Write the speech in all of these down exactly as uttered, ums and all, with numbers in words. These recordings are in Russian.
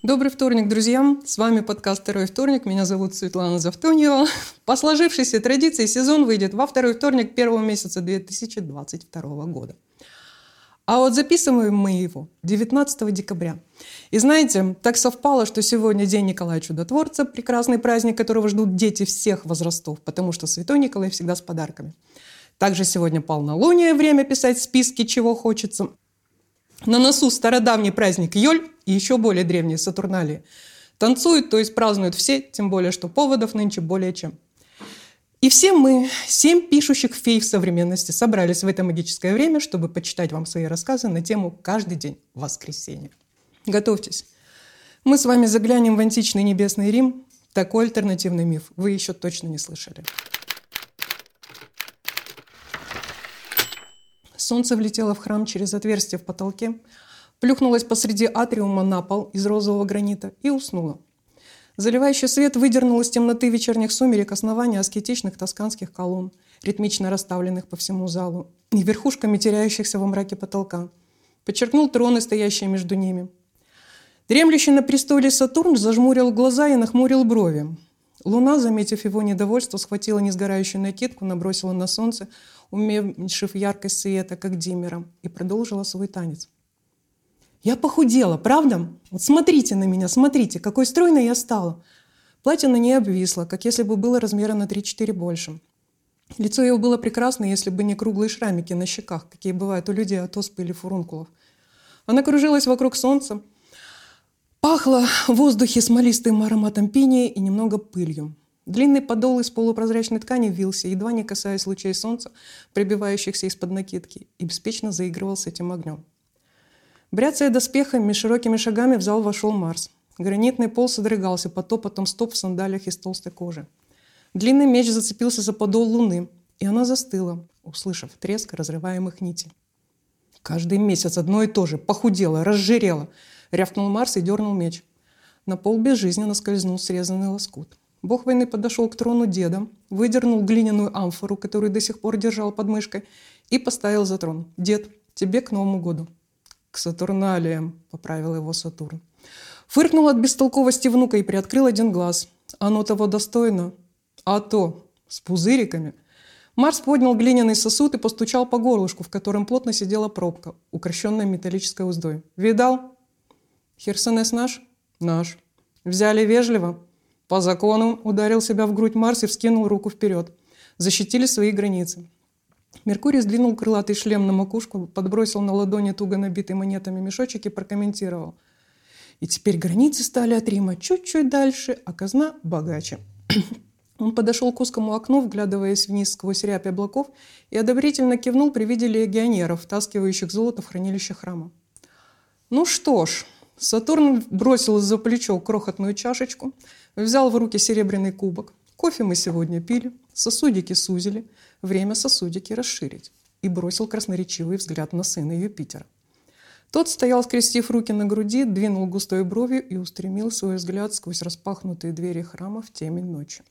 Добрый вторник, друзья! С вами подкаст «Второй вторник». Меня зовут Светлана Завтоньева. По сложившейся традиции сезон выйдет во второй вторник первого месяца две тысячи двадцать второго года. А вот записываем мы его девятнадцатого декабря. И знаете, так совпало, что сегодня День Николая Чудотворца, прекрасный праздник, которого ждут дети всех возрастов, потому что Святой Николай всегда с подарками. Также сегодня полнолуние, время писать списки, чего хочется. На носу стародавний праздник Йоль и еще более древние Сатурналии. Танцуют, то есть празднуют все, тем более, что поводов нынче более чем. И все мы, семь пишущих фей в современности, собрались в это магическое время, чтобы почитать вам свои рассказы на тему «Каждый день воскресенья». Готовьтесь. Мы с вами заглянем в античный небесный Рим. Такой альтернативный миф вы еще точно не слышали. Солнце влетело в храм через отверстие в потолке, плюхнулось посреди атриума на пол из розового гранита и уснуло. Заливающий свет выдернул из темноты вечерних сумерек основания аскетичных тосканских колонн, ритмично расставленных по всему залу, и верхушками теряющихся во мраке потолка. Подчеркнул троны, стоящие между ними. Дремлющий на престоле Сатурн зажмурил глаза и нахмурил брови. Луна, заметив его недовольство, схватила несгорающую накидку, набросила на солнце, уменьшив яркость света, как диммером, и продолжила свой танец. «Я похудела, правда? Вот смотрите на меня, смотрите, какой стройной я стала!» Платье на ней обвисло, как если бы было размера на три-четыре больше. Лицо его было прекрасно, если бы не круглые шрамики на щеках, какие бывают у людей от оспы или фурункулов. Она кружилась вокруг солнца, пахло в воздухе смолистым ароматом пинии и немного пылью. Длинный подол из полупрозрачной ткани вился, едва не касаясь лучей солнца, пробивающихся из-под накидки, и беспечно заигрывал с этим огнем. Бряцая доспехами, широкими шагами в зал вошел Марс. Гранитный пол содрогался под топотом стоп в сандалиях из толстой кожи. Длинный меч зацепился за подол луны, и она застыла, услышав треск разрываемых нитей. «Каждый месяц одно и то же, похудела, разжирела!» — рявкнул Марс и дернул меч. На пол безжизненно скользнул срезанный лоскут. Бог войны подошел к трону деда, выдернул глиняную амфору, которую до сих пор держал под мышкой, и поставил за трон. «Дед, тебе к Новому году». «К Сатурналиям», — поправил его Сатурн. Фыркнул от бестолковости внука и приоткрыл один глаз. «Оно того достойно?» «А то, с пузыриками». Марс поднял глиняный сосуд и постучал по горлышку, в котором плотно сидела пробка, украшенная металлической уздой. «Видал?» «Херсонес наш?» «Наш». «Взяли вежливо?» «По закону», — ударил себя в грудь Марс и вскинул руку вперед. Защитили свои границы. Меркурий сдвинул крылатый шлем на макушку, подбросил на ладони туго набитый монетами мешочек и прокомментировал. И теперь границы стали от Рима чуть-чуть дальше, а казна богаче. Он подошел к узкому окну, вглядываясь вниз сквозь рябь облаков, и одобрительно кивнул при виде легионеров, втаскивающих золото в хранилище храма. Ну что ж, Сатурн бросил из-за плечо крохотную чашечку, взял в руки серебряный кубок. Кофе мы сегодня пили, сосудики сузили, время сосудики расширить. И бросил красноречивый взгляд на сына Юпитера. Тот стоял, скрестив руки на груди, двинул густой бровью и устремил свой взгляд сквозь распахнутые двери храма в темень ночи.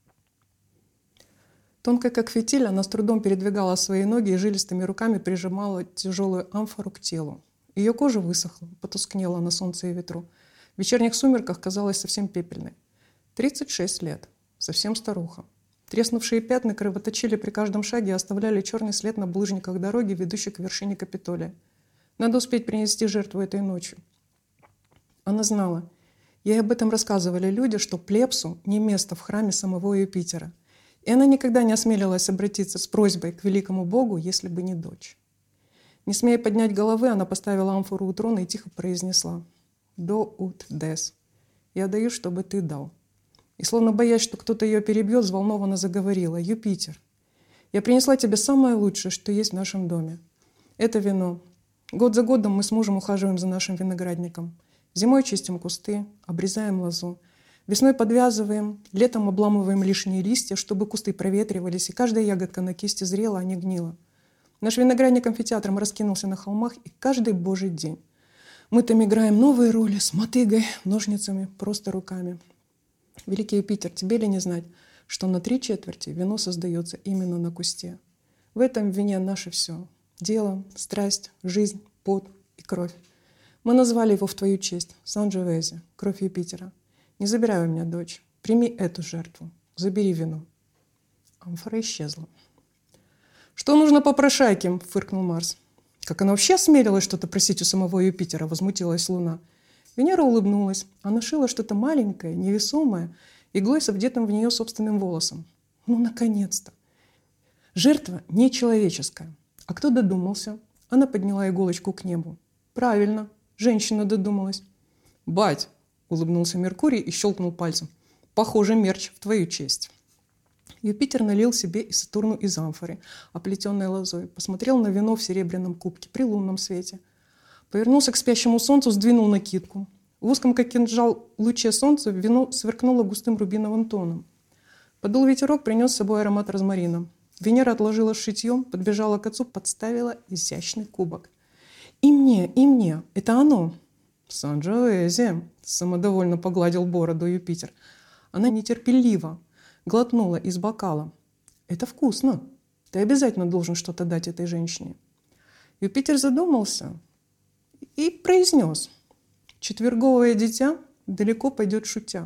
Тонкая, как фитиль, она с трудом передвигала свои ноги и жилистыми руками прижимала тяжелую амфору к телу. Ее кожа высохла, потускнела на солнце и ветру. В вечерних сумерках казалась совсем пепельной. тридцать шесть лет. Совсем старуха. Треснувшие пятна кровоточили при каждом шаге и оставляли черный след на булыжниках дороги, ведущей к вершине Капитолия. Надо успеть принести жертву этой ночью. Она знала. Ей об этом рассказывали люди, что плебсу не место в храме самого Юпитера. И она никогда не осмелилась обратиться с просьбой к великому богу, если бы не дочь. Не смея поднять головы, она поставила амфору у трона и тихо произнесла «До ут дес». «Я даю, чтобы ты дал». И, словно боясь, что кто-то ее перебьет, взволнованно заговорила «Юпитер, я принесла тебе самое лучшее, что есть в нашем доме. Это вино. Год за годом мы с мужем ухаживаем за нашим виноградником. Зимой чистим кусты, обрезаем лозу. Весной подвязываем, летом обламываем лишние листья, чтобы кусты проветривались, и каждая ягодка на кисти зрела, а не гнила. Наш виноградник амфитеатром раскинулся на холмах, и каждый божий день мы там играем новые роли с мотыгой, ножницами, просто руками. Великий Юпитер, тебе ли не знать, что на три четверти вино создается именно на кусте? В этом вине наше все. Дело, страсть, жизнь, пот и кровь. Мы назвали его в твою честь. Санджовези, кровь Юпитера. Не забирай у меня дочь. Прими эту жертву. Забери вино. Амфора исчезла. «Что нужно попрошайке?» – фыркнул Марс. «Как она вообще осмелилась что-то просить у самого Юпитера?» – возмутилась Луна. Венера улыбнулась. Она шила что-то маленькое, невесомое, иглой с вдетым в нее собственным волосом. Ну, наконец-то! Жертва нечеловеческая. А кто додумался? Она подняла иголочку к небу. Правильно, женщина додумалась. «Бать!» – улыбнулся Меркурий и щелкнул пальцем. «Похоже, мерч в твою честь». Юпитер налил себе и Сатурну из амфоры, оплетенной лозой, посмотрел на вино в серебряном кубке при лунном свете. Повернулся к спящему солнцу, сдвинул накидку. В узком, как кинжал, луче солнца вино сверкнуло густым рубиновым тоном. Подул ветерок, принес с собой аромат розмарина. Венера отложила шитьем, подбежала к отцу, подставила изящный кубок. «И мне, и мне! Это оно!» «Санджоэзи!» – самодовольно погладил бороду Юпитер. Она нетерпеливо глотнула из бокала. «Это вкусно. Ты обязательно должен что-то дать этой женщине». Юпитер задумался и произнес: «Четверговое дитя далеко пойдет шутя».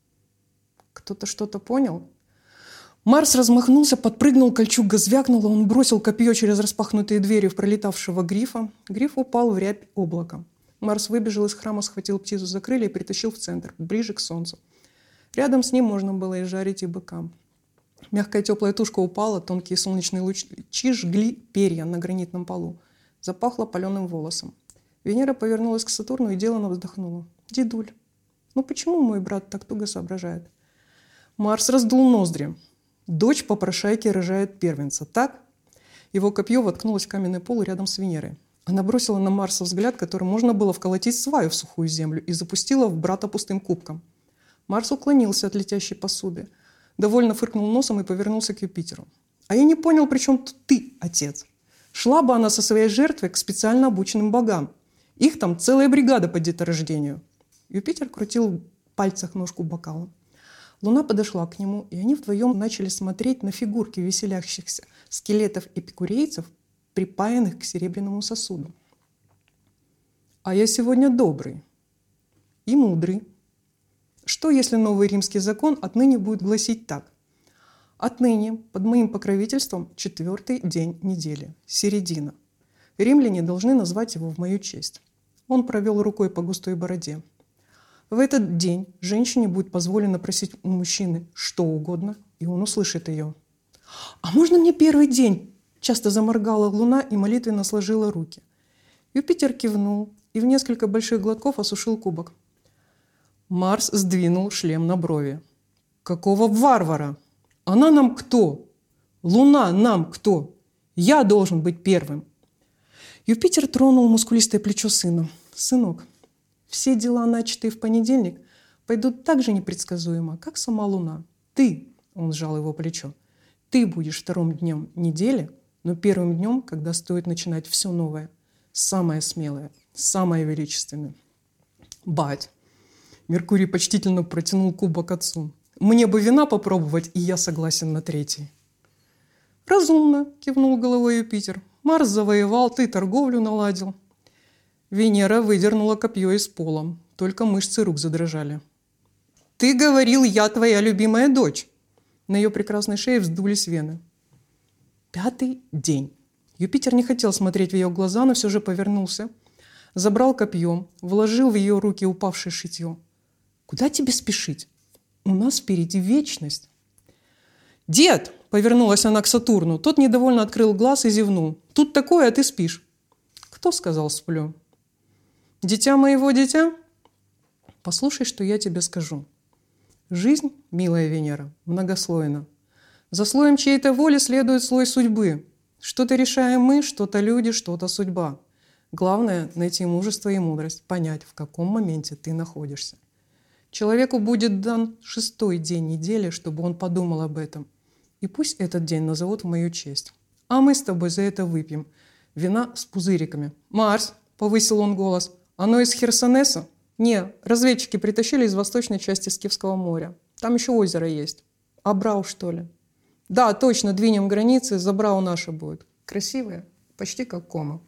Кто-то что-то понял? Марс размахнулся, подпрыгнул, кольчуга звякнула, он бросил копье через распахнутые двери в пролетавшего грифа. Гриф упал в рябь облака. Марс выбежал из храма, схватил птицу за крылья и притащил в центр, ближе к солнцу. Рядом с ним можно было изжарить и быка. Мягкая теплая тушка упала, тонкие солнечные лучи жгли перья на гранитном полу. Запахло паленым волосом. Венера повернулась к Сатурну и деланно вздохнула. «Дедуль, ну почему мой брат так туго соображает?» Марс раздул ноздри. «Дочь попрошайки рожает первенца, так?» Его копье воткнулось в каменный пол рядом с Венерой. Она бросила на Марса взгляд, которым можно было вколотить сваю в сухую землю, и запустила в брата пустым кубком. Марс уклонился от летящей посуды, довольно фыркнул носом и повернулся к Юпитеру. «А я не понял, при чем тут ты, отец? Шла бы она со своей жертвой к специально обученным богам. Их там целая бригада по деторождению». Юпитер крутил в пальцах ножку бокала. Луна подошла к нему, и они вдвоем начали смотреть на фигурки веселящихся скелетов эпикурейцев, припаянных к серебряному сосуду. «А я сегодня добрый и мудрый. Что, если новый римский закон отныне будет гласить так? Отныне под моим покровительством четвертый день недели, середина. Римляне должны назвать его в мою честь». Он провел рукой по густой бороде. В этот день женщине будет позволено просить у мужчины что угодно, и он услышит ее. «А можно мне первый день?» Часто заморгала Луна и молитвенно сложила руки. Юпитер кивнул и в несколько больших глотков осушил кубок. Марс сдвинул шлем на брови. «Какого варвара? Она нам кто? Луна нам кто? Я должен быть первым». Юпитер тронул мускулистое плечо сына. «Сынок, все дела, начатые в понедельник, пойдут так же непредсказуемо, как сама Луна. Ты, — он сжал его плечо, — ты будешь вторым днем недели, но первым днем, когда стоит начинать все новое, самое смелое, самое величественное. Бать!» Меркурий почтительно протянул кубок отцу. «Мне бы вина попробовать, и я согласен на третий». «Разумно», — кивнул головой Юпитер. «Марс завоевал, ты торговлю наладил». Венера выдернула копье из пола. Только мышцы рук задрожали. «Ты говорил, я твоя любимая дочь!» На ее прекрасной шее вздулись вены. Пятый день. Юпитер не хотел смотреть в ее глаза, но все же повернулся. Забрал копье, вложил в ее руки упавшее шитье. «Куда тебе спешить? У нас впереди вечность». «Дед!» — повернулась она к Сатурну. Тот недовольно открыл глаз и зевнул. «Тут такое, а ты спишь». «Кто сказал, сплю?» «Дитя моего дитя?» «Послушай, что я тебе скажу. Жизнь, милая Венера, многослойна. За слоем чьей-то воли следует слой судьбы. Что-то решаем мы, что-то люди, что-то судьба. Главное — найти мужество и мудрость, понять, в каком моменте ты находишься. Человеку будет дан шестой день недели, чтобы он подумал об этом. И пусть этот день назовут в мою честь. А мы с тобой за это выпьем. Вина с пузыриками. Марс!» — повысил он голос. «Оно из Херсонеса?» «Не, разведчики притащили из восточной части Скифского моря. Там еще озеро есть. Абрау, что ли?» «Да, точно, двинем границы, Забрау наше будет. Красивое, почти как Кома».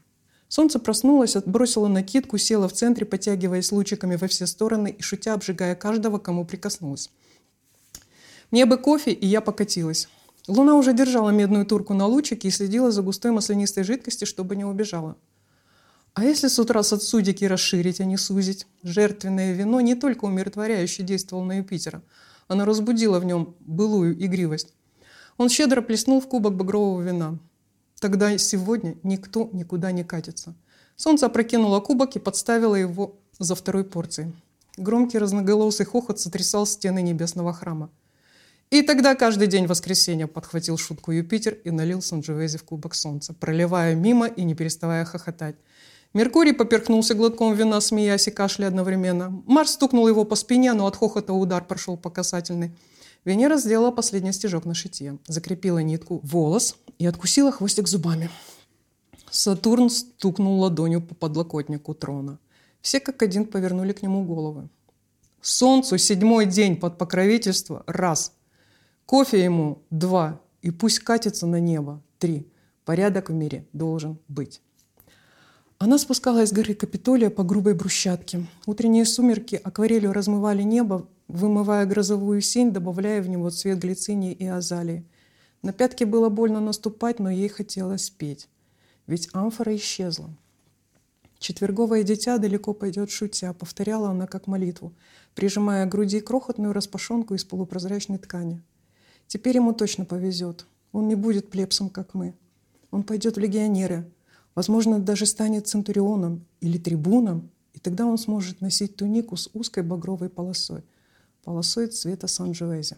Солнце проснулось, отбросило накидку, село в центре, потягиваясь лучиками во все стороны и шутя, обжигая каждого, кому прикоснулось. Мне бы кофе, и я покатилась. Луна уже держала медную турку на лучике и следила за густой маслянистой жидкостью, чтобы не убежала. А если с утра сосудики расширить, а не сузить? Жертвенное вино не только умиротворяюще действовало на Юпитера, оно разбудило в нем былую игривость. Он щедро плеснул в кубок багрового вина. Тогда сегодня никто никуда не катится. Солнце опрокинуло кубок и подставило его за второй порцией. Громкий разноголосый хохот сотрясал стены небесного храма. И тогда каждый день воскресенья подхватил шутку Юпитер и налил Сандживезе в кубок солнца, проливая мимо и не переставая хохотать. Меркурий поперхнулся глотком вина, смеясь и кашляя одновременно. Марс стукнул его по спине, но от хохота удар прошел по касательной. Венера сделала последний стежок на шитье, закрепила нитку в волос и откусила хвостик зубами. Сатурн стукнул ладонью по подлокотнику трона. Все как один повернули к нему головы. Солнцу седьмой день под покровительство – раз. Кофе ему – два. И пусть катится на небо – три. Порядок в мире должен быть. Она спускалась с горы Капитолия по грубой брусчатке. Утренние сумерки акварелью размывали небо, вымывая грозовую синь, добавляя в него цвет глицинии и азалии. На пятки было больно наступать, но ей хотелось петь. Ведь амфора исчезла. «Четверговое дитя далеко пойдет шутя», — повторяла она как молитву, прижимая к груди крохотную распашонку из полупрозрачной ткани. «Теперь ему точно повезет. Он не будет плебсом, как мы. Он пойдет в легионеры. Возможно, даже станет центурионом или трибуном, и тогда он сможет носить тунику с узкой багровой полосой, полосой цвета Сандживезе».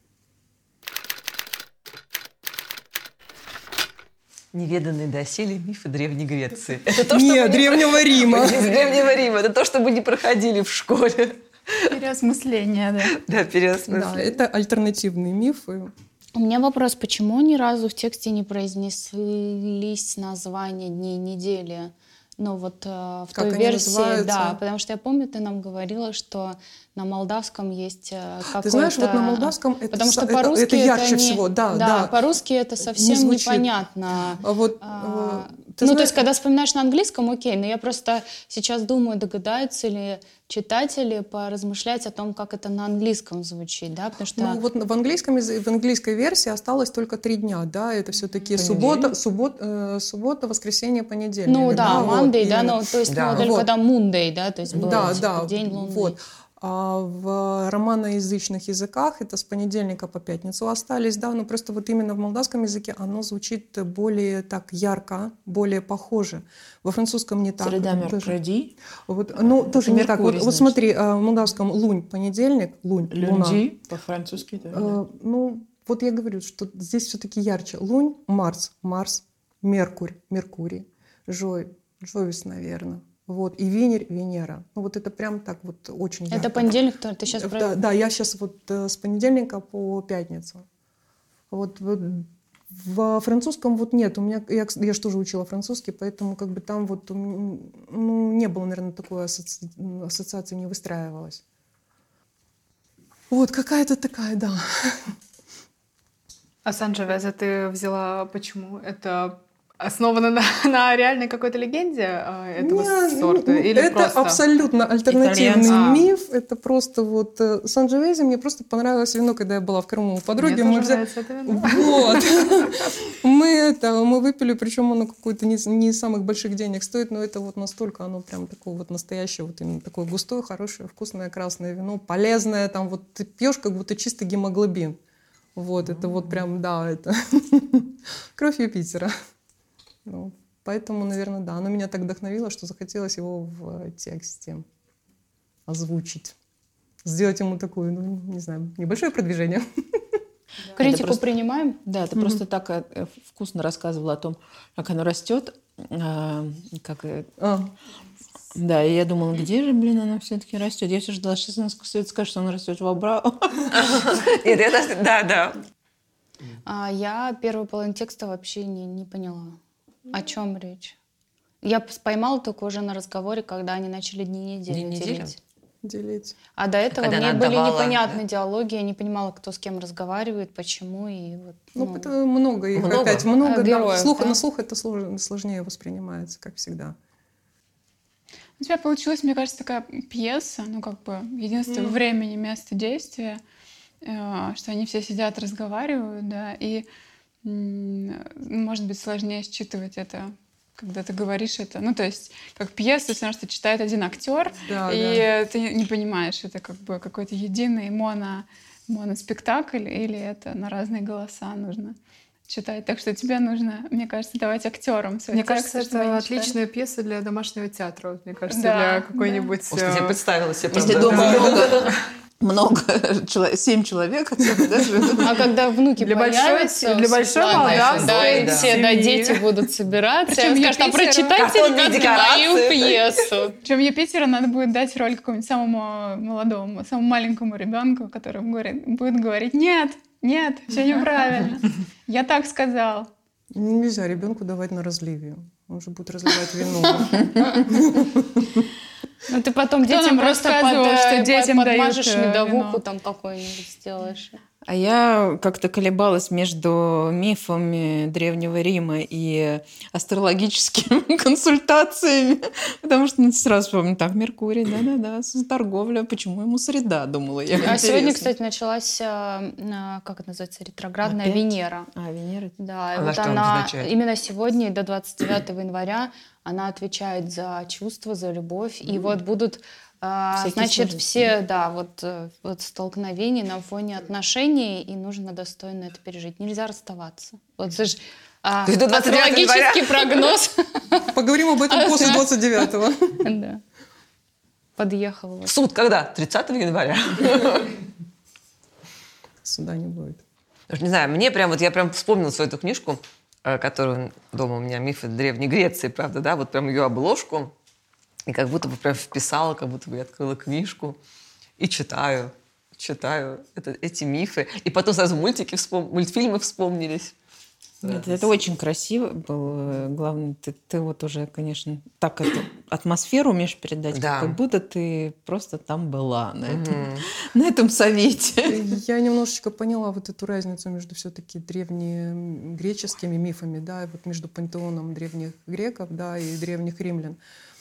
Неведанные доселе мифы Древней Греции. Это то, что Нет, Древнего Рима. Древнего Рима. Это то, что мы не проходили в школе. Переосмысление, да. Да, переосмысление. Да, это альтернативные мифы. У меня вопрос, почему ни разу в тексте не произнеслись названия дней недели? Ну вот э, в как той они версии, называются? Да, потому что я помню, ты нам говорила, что на молдавском есть э, какой-то... Ты знаешь, вот на молдавском это, потому что это, по-русски это ярче это не... всего, да, да. да. По-русски это совсем не непонятно. А вот, а, ты ну, знаешь... то есть, когда вспоминаешь на английском, окей, но я просто сейчас думаю, догадаются ли читатели поразмышлять о том, как это на английском звучит, да, потому что... Ну, вот в, английском, в английской версии осталось только три дня, да, это все-таки суббота, суббот, э, суббота, воскресенье, понедельник. Ну да, Monday, вот, да, именно. но то есть да. ну, только вот. когда Monday, да, то есть был да, типа, да, день лунный. Вот. А в романоязычных языках это с понедельника по пятницу остались, да, но просто вот именно в молдавском языке оно звучит более так ярко, более похоже. Во французском не так. Среда Меркурий. Вот, ну, тоже не так. Вот, значит. вот смотри, в молдавском лунь понедельник, лунь, луна. Люнди по-французски. Да, э, ну, вот я говорю, что здесь все-таки ярче. Лунь, Марс, Марс, Меркурь, Меркурий, Жой, Жовис, наверное. Вот, и Венер, Венера. Ну, вот это прям так вот очень ярко. Это понедельник, ты сейчас Да, про... да, я сейчас вот э, с понедельника по пятницу. Вот, вот во французском вот нет. У меня, я, я же тоже учила французский, поэтому как бы там вот ну, не было, наверное, такой асоци... ассоциации, не выстраивалась. Вот какая-то такая, да. А Сандживезе ты взяла почему? Это основано на, на реальной какой-то легенде этого Нет, сорта? Ну, или это просто... абсолютно альтернативный Итальянский. миф. Это просто вот Сандживезе. Мне просто понравилось вино, когда я была в Крыму у подруги. Мне Мы тоже взяли... нравится это вино. Вот. Мы это, мы выпили, причем оно какое-то не, не из самых больших денег стоит, но это вот настолько, оно прям такое вот настоящее, вот именно такое густое, хорошее, вкусное красное вино, полезное. Там вот ты пьешь, как будто чистый гемоглобин. Вот, это вот прям, да, это кровь Юпитера. Ну, поэтому, наверное, да, оно меня так вдохновило, что захотелось его в тексте озвучить. Сделать ему такое, ну, не знаю, небольшое продвижение. Критику просто... принимаем? Да, ты mm-hmm. просто так э, вкусно рассказывала о том, как оно растет. Э, как... А. Да, и я думала, где же, блин, оно все-таки растет. Я все ждала, сейчас она скажет, что оно растет в Абрау. Нет, это... Да, да. А я первую половину текста вообще не, не поняла. О чем речь? Я поймала только уже на разговоре, когда они начали дни недели Дни недели? делить. делить. А до этого Когда мне она были отдавала, непонятные да? диалоги, я не понимала, кто с кем разговаривает, почему. И вот, Ну, ну, это много их, Много? опять много, А, да. героев, Слух, да? на слух это слож- сложнее воспринимается, как всегда. У тебя получилась, мне кажется, такая пьеса, ну, как бы, единственное Mm. времени, место действия, э, что они все сидят, разговаривают, да, и, м, может быть, сложнее считывать это, когда ты говоришь это. Ну, то есть, как пьеса, все равно, что читает один актер, Да, и ты не понимаешь, это как бы какой-то единый моно, моноспектакль, или это на разные голоса нужно читать. Так что тебе нужно, мне кажется, давать актерам свои Мне тексты, кажется, чтобы они это читали. отличная пьеса для домашнего театра. Вот, мне кажется, Да, для да. какой-нибудь... Ух, ты себе э, представила себе. Если правда, дома да. много, много человек, семь человек хотя бы, да, живет. А когда внуки Для большой- появятся, для большой Светлана, молдавской да, и да. все, да, семьи. дети будут собираться, Причем и скажут, а Юпитеру. прочитайте, Картонные ребята, мою декорации. пьесу. Причем Юпитеру надо будет дать роль какому-нибудь самому молодому, самому маленькому ребенку, который говорит, будет говорить: нет, нет, все неправильно. Я так сказал. Нельзя ребенку давать на разливе. Он же будет разливать вино. Ну ты потом Кто детям нам просто под, рассказывал, э, что под- детям дают, подмажешь э, медовуху вино? там какую-нибудь сделаешь. А я как-то колебалась между мифами Древнего Рима и астрологическими консультациями, потому что ну, сразу вспомню, так, Меркурий, да-да-да, торговля, почему ему среда, думала я. А сегодня, Интересно. кстати, началась, э, э, как это называется, ретроградная Опять? Венера. А, Венера. Да, и Она вот что она означает? именно сегодня, до двадцать девятого января, она отвечает за чувства, за любовь. И вот будут, а, Всякие значит, сложности. все, да, вот, э, вот столкновения на фоне отношений, и нужно достойно это пережить. Нельзя расставаться. Вот это ж, а, То есть до двадцать девятого астрологический прогноз. Поговорим об этом после двадцать девятого. Да. Подъехал. вот. Суд когда? тридцатого января? Суда не будет. Даже не знаю, мне прям вот я прям вспомнила свою эту книжку, э, которую дома у меня «Мифы Древней Греции», правда, да, вот прям ее обложку, и как будто бы прям вписала, как будто бы я открыла книжку и читаю, читаю это, эти мифы. И потом сразу мультики, вспом... мультфильмы вспомнились. Нет, Да. это очень красиво было. Главное, ты, ты вот уже, конечно, так эту атмосферу умеешь передать, Да. как будто ты просто там была на этом, Мгм. на этом совете. Я немножечко поняла вот эту разницу между все-таки древнегреческими мифами, да, и вот между пантеоном древних греков, да, и древних римлян.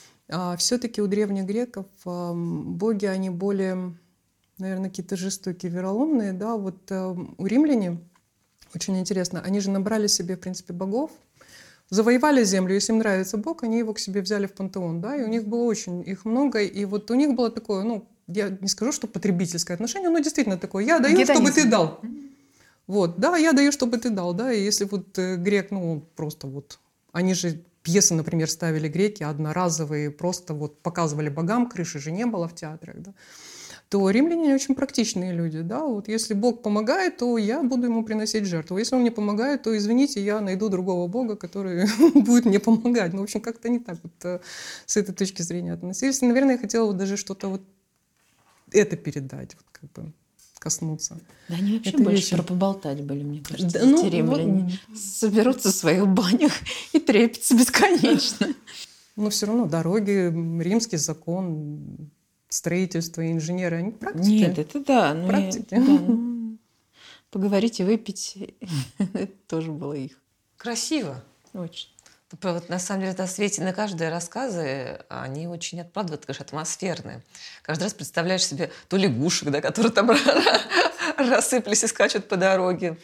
А все-таки у древних греков ам, боги, они более, наверное, какие-то жестокие, вероломные, да, вот ам, у римляне, очень интересно, они же набрали себе, в принципе, богов, завоевали землю, если им нравится бог, они его к себе взяли в пантеон, да, и у них было очень их много, и вот у них было такое, ну, я не скажу, что потребительское отношение, но действительно такое, я даю, чтобы ты дал. Вот, да, я даю, чтобы ты дал, да, и если вот э, грек, ну, он просто вот, они же пьесы, например, ставили греки одноразовые, просто вот показывали богам, крыши же не было в театрах, да, то римляне очень практичные люди, да, вот если Бог помогает, то я буду ему приносить жертву, если он не помогает, то, извините, я найду другого Бога, который будет мне помогать, ну, в общем, как-то не так вот э, с этой точки зрения относились, и, наверное, я хотела вот даже что-то вот это передать, вот как бы коснуться. Да они вообще Это больше вещи. про поболтать были, мне кажется, Да, ну, эти римляне. Соберутся в своих банях и трепятся бесконечно. Но все равно дороги, римский закон, строительство, инженеры, они практики. Нет, это да. Ну, я- Практики. да, ну, поговорить и выпить, это тоже было их. Красиво. Очень. Ну, вот, на самом деле, на свете, на каждые рассказы, они очень, правда, это, конечно, атмосферные. Каждый раз представляешь себе то лягушек, да, которые там рассыпались и скачут по дороге,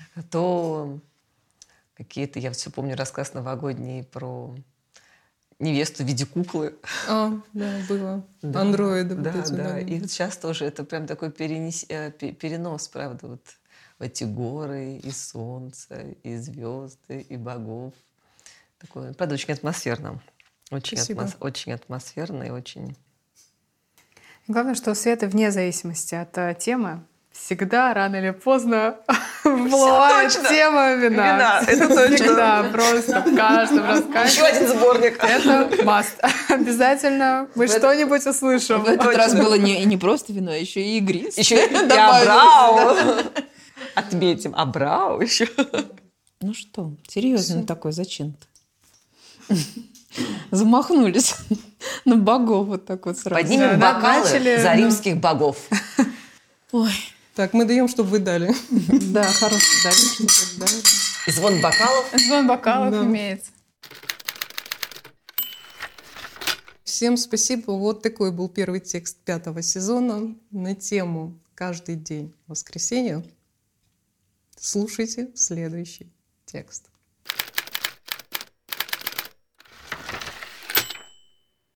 то какие-то, я все помню рассказ новогодний про невесту в виде куклы. А, да, было. Да, Андроиды. вот Да, эти, да. И вот сейчас тоже это прям такой перенес- э, пе- перенос, правда, вот в эти горы, и солнце, и звезды, и богов. Такое, правда, очень атмосферно. Очень, Спасибо. атмос- очень атмосферно и очень... Главное, что у Светы, вне зависимости от э, темы, всегда рано или поздно всплывает точно. тема вина. Вина, это точно. Всегда, просто в каждом Еще рассказе. один сборник. Это must. Обязательно мы В это- что-нибудь услышим. В этот Точно. раз было не, не просто вино, а еще и игристое. Еще и добавилось. Абрау. Отметим. Абрау еще. Ну что, серьезно такой зачем-то? замахнулись на богов вот так вот сразу. Поднимем Да, бокалы начали, за да. римских богов. Ой, Так, мы даем, чтобы вы дали. да, хороший дальше, что тогда. И звон бокалов. Звон бокалов Да. имеется. Всем спасибо. Вот такой был первый текст пятого сезона на тему «Каждый день воскресенья». Слушайте следующий текст.